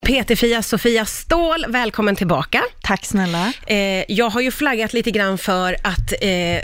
PT-Fia Sofia Ståhl, välkommen tillbaka. Tack snälla. Jag har ju flaggat lite grann för att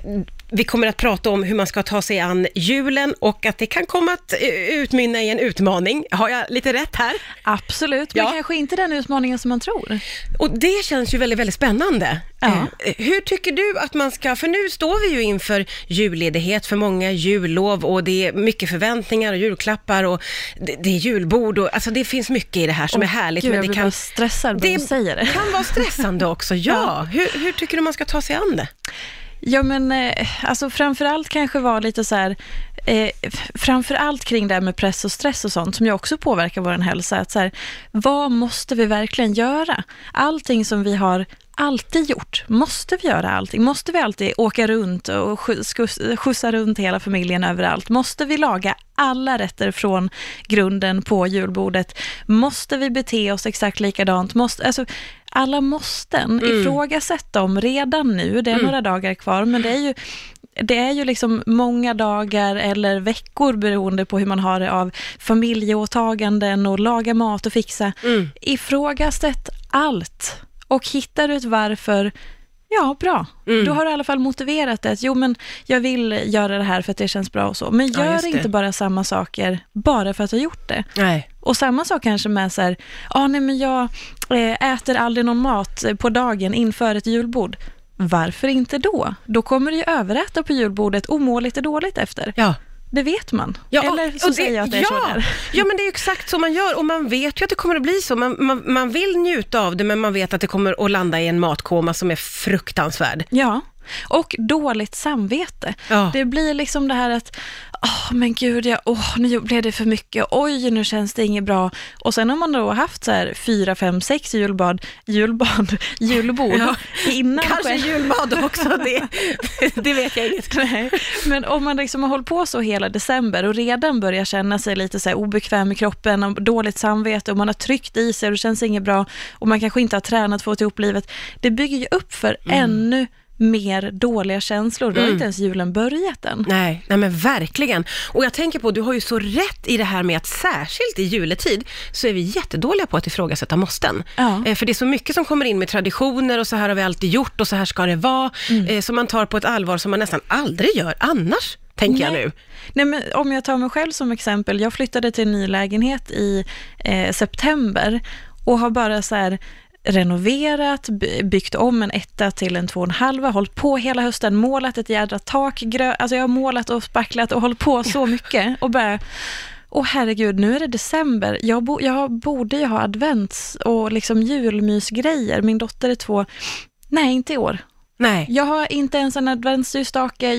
vi kommer att prata om hur man ska ta sig an julen och att det kan komma att utmynna i en utmaning. Har jag lite rätt här? Absolut, men kanske inte den utmaningen som man tror. Och det känns ju väldigt, väldigt spännande. Ja. Hur tycker du att man ska, för nu står vi ju inför julledighet för många, jullov, och det är mycket förväntningar och julklappar och det är julbord och alltså det finns mycket i det här som är härligt. Gud, men jag det kan stressad när du säger det. Kan vara stressande också, ja. Hur tycker du man ska ta sig an det? Ja, men alltså framförallt kanske var lite så här, framförallt kring det här med press och stress och sånt som ju också påverkar vår hälsa. Att så här, vad måste vi verkligen göra? Allting som vi har alltid gjort, måste vi göra allting? Måste vi alltid åka runt och skjutsa runt hela familjen överallt? Måste vi laga alla rätter från grunden på julbordet? Måste vi bete oss exakt likadant? Alla måsten ifrågasätta om redan nu, det är några dagar kvar, men det är ju liksom många dagar eller veckor beroende på hur man har det av familjeåtaganden och laga mat och fixa. Ifrågasätt allt. Och hittar du ett varför, ja bra. Då har du i alla fall motiverat det. Jo, men jag vill göra det här för att det känns bra och så. Men gör inte bara samma saker bara för att du har gjort det. Nej. Och samma sak kanske med så här, nej men jag äter aldrig någon mat på dagen inför ett julbord. Varför inte då? Då kommer du ju överäta på julbordet och må lite dåligt efter. Ja. Det vet man. Ja, eller så säger jag att det är så där. Ja, men det är ju exakt så man gör. Och man vet ju att det kommer att bli så. Man vill njuta av det, men man vet att det kommer att landa i en matkoma som är fruktansvärd. Ja, och dåligt samvete. Ja. Det blir liksom det här att men gud, nu blev det för mycket. Oj, nu känns det inget bra. Och sen har man då haft så här 4, 5, 6 julbord innan. Kanske julbad också, det vet jag inget. Nej. Men om man liksom har hållit på så hela december och redan börjar känna sig lite så här obekväm i kroppen och dåligt samvete och man har tryckt i sig och det känns inget bra och man kanske inte har tränat för att få ihop livet. Det bygger ju upp för ännu mer dåliga känslor. Då har inte ens julen börjat än. Nej, men verkligen. Och jag tänker på, du har ju så rätt i det här med att särskilt i juletid så är vi jättedåliga på att ifrågasätta måsten. Ja. För det är så mycket som kommer in med traditioner och så här har vi alltid gjort och så här ska det vara. Som man tar på ett allvar som man nästan aldrig gör annars, tänker jag nu. Nej, men om jag tar mig själv som exempel. Jag flyttade till en ny lägenhet i september och har bara så här renoverat, byggt om en 1 till en 2,5, hållit på hela hösten, målat ett jädra tak, alltså jag har målat och spacklat och hållit på så mycket och bara, herregud, nu är det december, jag borde ju ha advents och liksom julmysgrejer, min dotter är 2, nej inte i år. Nej. Jag har inte ens en adventsljusstake.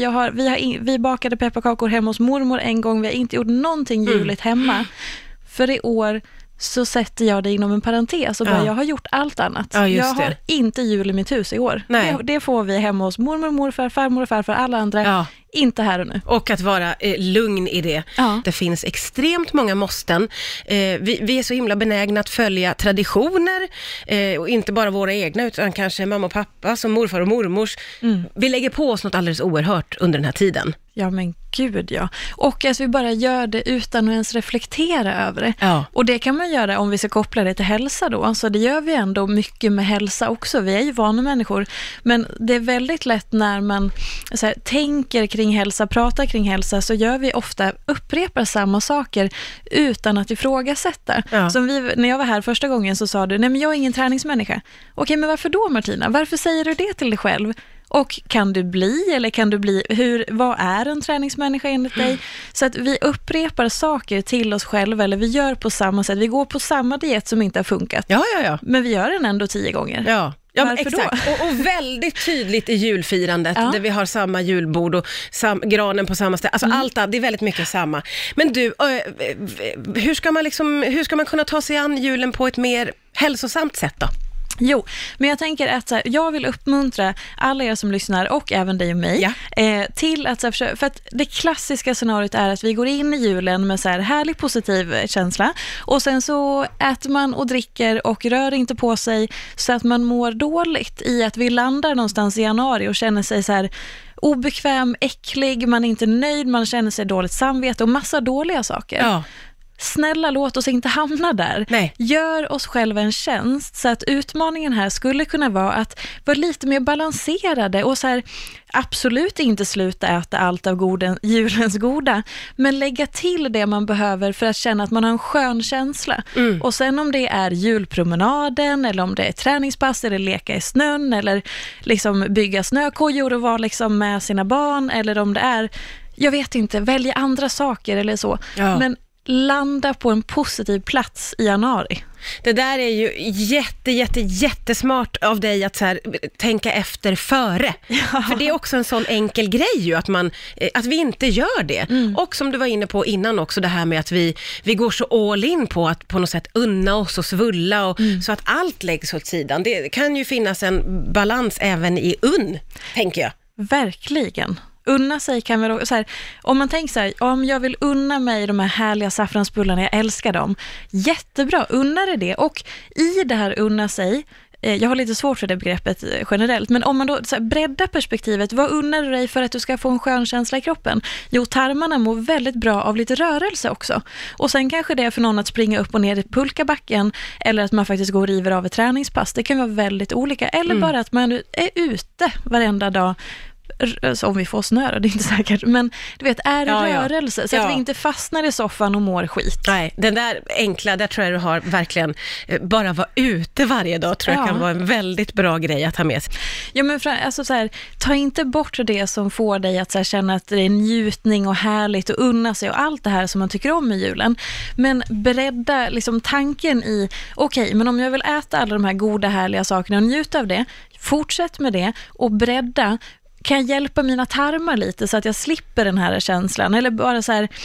Vi bakade pepparkakor hemma hos mormor en gång, vi har inte gjort någonting juligt hemma, för i år så sätter jag det inom en parentes och bara, jag har gjort allt annat. Ja, jag har inte jul i mitt hus i år. Det får vi hemma hos mormor, morfar, farmor och farfar, alla andra. Ja. Inte här och nu. Och att vara lugn i det. Ja. Det finns extremt många måsten. Vi är så himla benägna att följa traditioner. Och inte bara våra egna utan kanske mamma och pappa som morfar och mormors. Vi lägger på oss något alldeles oerhört under den här tiden. Ja, men gud, ja. Och att vi bara gör det utan att ens reflektera över det. Ja. Och det kan man göra om vi ska koppla det till hälsa då. Så det gör vi ändå mycket med hälsa också. Vi är ju vana människor. Men det är väldigt lätt när man så här, tänker kring hälsa, pratar kring hälsa, så gör vi ofta, upprepar samma saker utan att ifrågasätta. Ja. Som när jag var här första gången så sa du, nej men jag är ingen träningsmänniska. Okej, men varför då, Martina? Varför säger du det till dig själv? Och kan du bli, vad är en träningsmänniska enligt dig? Så att vi upprepar saker till oss själva, eller vi gör på samma sätt. Vi går på samma diet som inte har funkat. Ja. Men vi gör den ändå 10 gånger. Ja. Ja, men exakt. Och väldigt tydligt i julfirandet där vi har samma julbord och granen på samma ställe. Alltså allt det är väldigt mycket samma. Men du, hur ska man kunna ta sig an julen på ett mer hälsosamt sätt då? Jo, men jag tänker att jag vill uppmuntra alla er som lyssnar och även dig och mig till att för att det klassiska scenariot är att vi går in i julen med så här härlig positiv känsla och sen så äter man och dricker och rör inte på sig så att man mår dåligt i att vi landar någonstans i januari och känner sig så här obekväm, äcklig, man är inte nöjd, man känner sig dåligt samvete och massa dåliga saker. Ja. snälla låt oss inte hamna där. Nej. Gör oss själva en tjänst så att utmaningen här skulle kunna vara att vara lite mer balanserade och så här, absolut inte sluta äta allt av julens goda, men lägga till det man behöver för att känna att man har en skön känsla. Och sen om det är julpromenaden eller om det är träningspass eller leka i snön eller liksom bygga snökojor och vara liksom med sina barn, eller om det är, jag vet inte, välja andra saker eller så. Ja. Men landa på en positiv plats i januari. Det där är ju jättesmart av dig att så här, tänka efter före. Ja. För det är också en sån enkel grej ju, att vi inte gör det. Och som du var inne på innan också, det här med att vi går så all in på att på något sätt unna oss och svulla och så att allt läggs åt sidan. Det kan ju finnas en balans även i tänker jag. Verkligen. Unna sig kan väl så här, om man tänker så här, om jag vill unna mig de här härliga saffransbullarna, jag älskar dem. Jättebra, unna dig det. Och i det här unna sig, jag har lite svårt för det begreppet generellt, men om man då så här, breddar perspektivet, vad unnar du dig för att du ska få en skön känsla i kroppen? Jo, tarmarna mår väldigt bra av lite rörelse också. Och sen kanske det är för någon att springa upp och ner i pulkabacken, eller att man faktiskt går och river av ett träningspass. Det kan vara väldigt olika. Eller bara att man är ute varenda dag. Så om vi får snö då, det är inte säkert. Men du vet, är det rörelse? Så att vi inte fastnar i soffan och mår skit. Nej, den där enkla, där tror jag du har verkligen bara vara ute varje dag, tror jag kan vara en väldigt bra grej att ha med sig. Ja, men alltså så här, ta inte bort det som får dig att så här, känna att det är njutning och härligt och unna sig och allt det här som man tycker om i julen. Men bredda liksom tanken i, okej, men om jag vill äta alla de här goda, härliga sakerna och njuta av det, fortsätt med det och bredda. Kan jag hjälpa mina tarmar lite så att jag slipper den här känslan? Eller bara så här,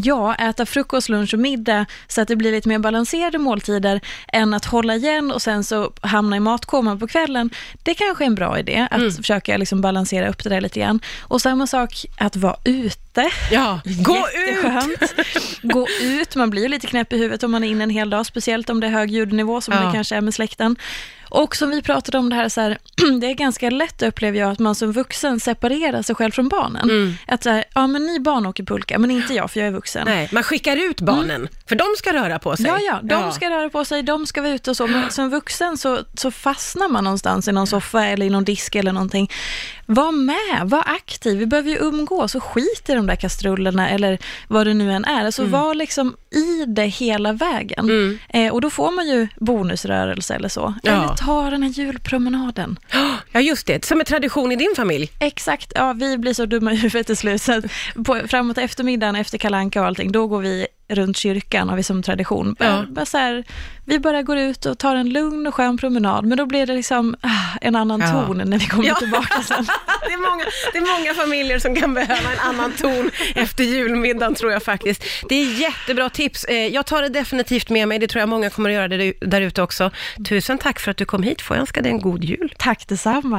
äta frukost, lunch och middag så att det blir lite mer balanserade måltider än att hålla igen och sen så hamna i matkoman på kvällen. Det kanske är en bra idé att försöka liksom balansera upp det där lite grann. Och samma sak att vara ute. Ja, gå ut! Gå ut, man blir ju lite knäpp i huvudet om man är inne en hel dag, speciellt om det är hög ljudnivå som det kanske är med släkten. Och som vi pratade om det här, så här, det är ganska lätt, upplever jag, att man som vuxen separerar sig själv från barnen. Att så här, men ni barn åker pulka, men inte jag för jag är vuxen. Nej, man skickar ut barnen, för de ska röra på sig. De ska röra på sig, de ska vara ute och så. Men som vuxen så fastnar man någonstans i någon soffa eller i någon disk eller någonting. Var med, var aktiv. Vi behöver ju umgås och skit i de där kastrullerna eller vad det nu än är. Alltså var liksom i det hela vägen. Och då får man ju bonusrörelse eller så. Eller ta den här julpromenaden. Ja, just det. Som är tradition i din familj. Exakt. Ja, vi blir så dumma i huvudet till slut. Så att framåt eftermiddagen, efter Kalle Anka och allting, då går vi runt kyrkan, har vi som tradition. Bara så här, vi bara går ut och tar en lugn och skön promenad, men då blir det liksom en annan ton när vi kommer tillbaka sen. Det är många familjer som kan behöva en annan ton efter julmiddagen, tror jag faktiskt. Det är jättebra tips. Jag tar det definitivt med mig. Det tror jag många kommer att göra det där ute också. Tusen tack för att du kom hit. Får jag önska dig en god jul. Tack detsamma.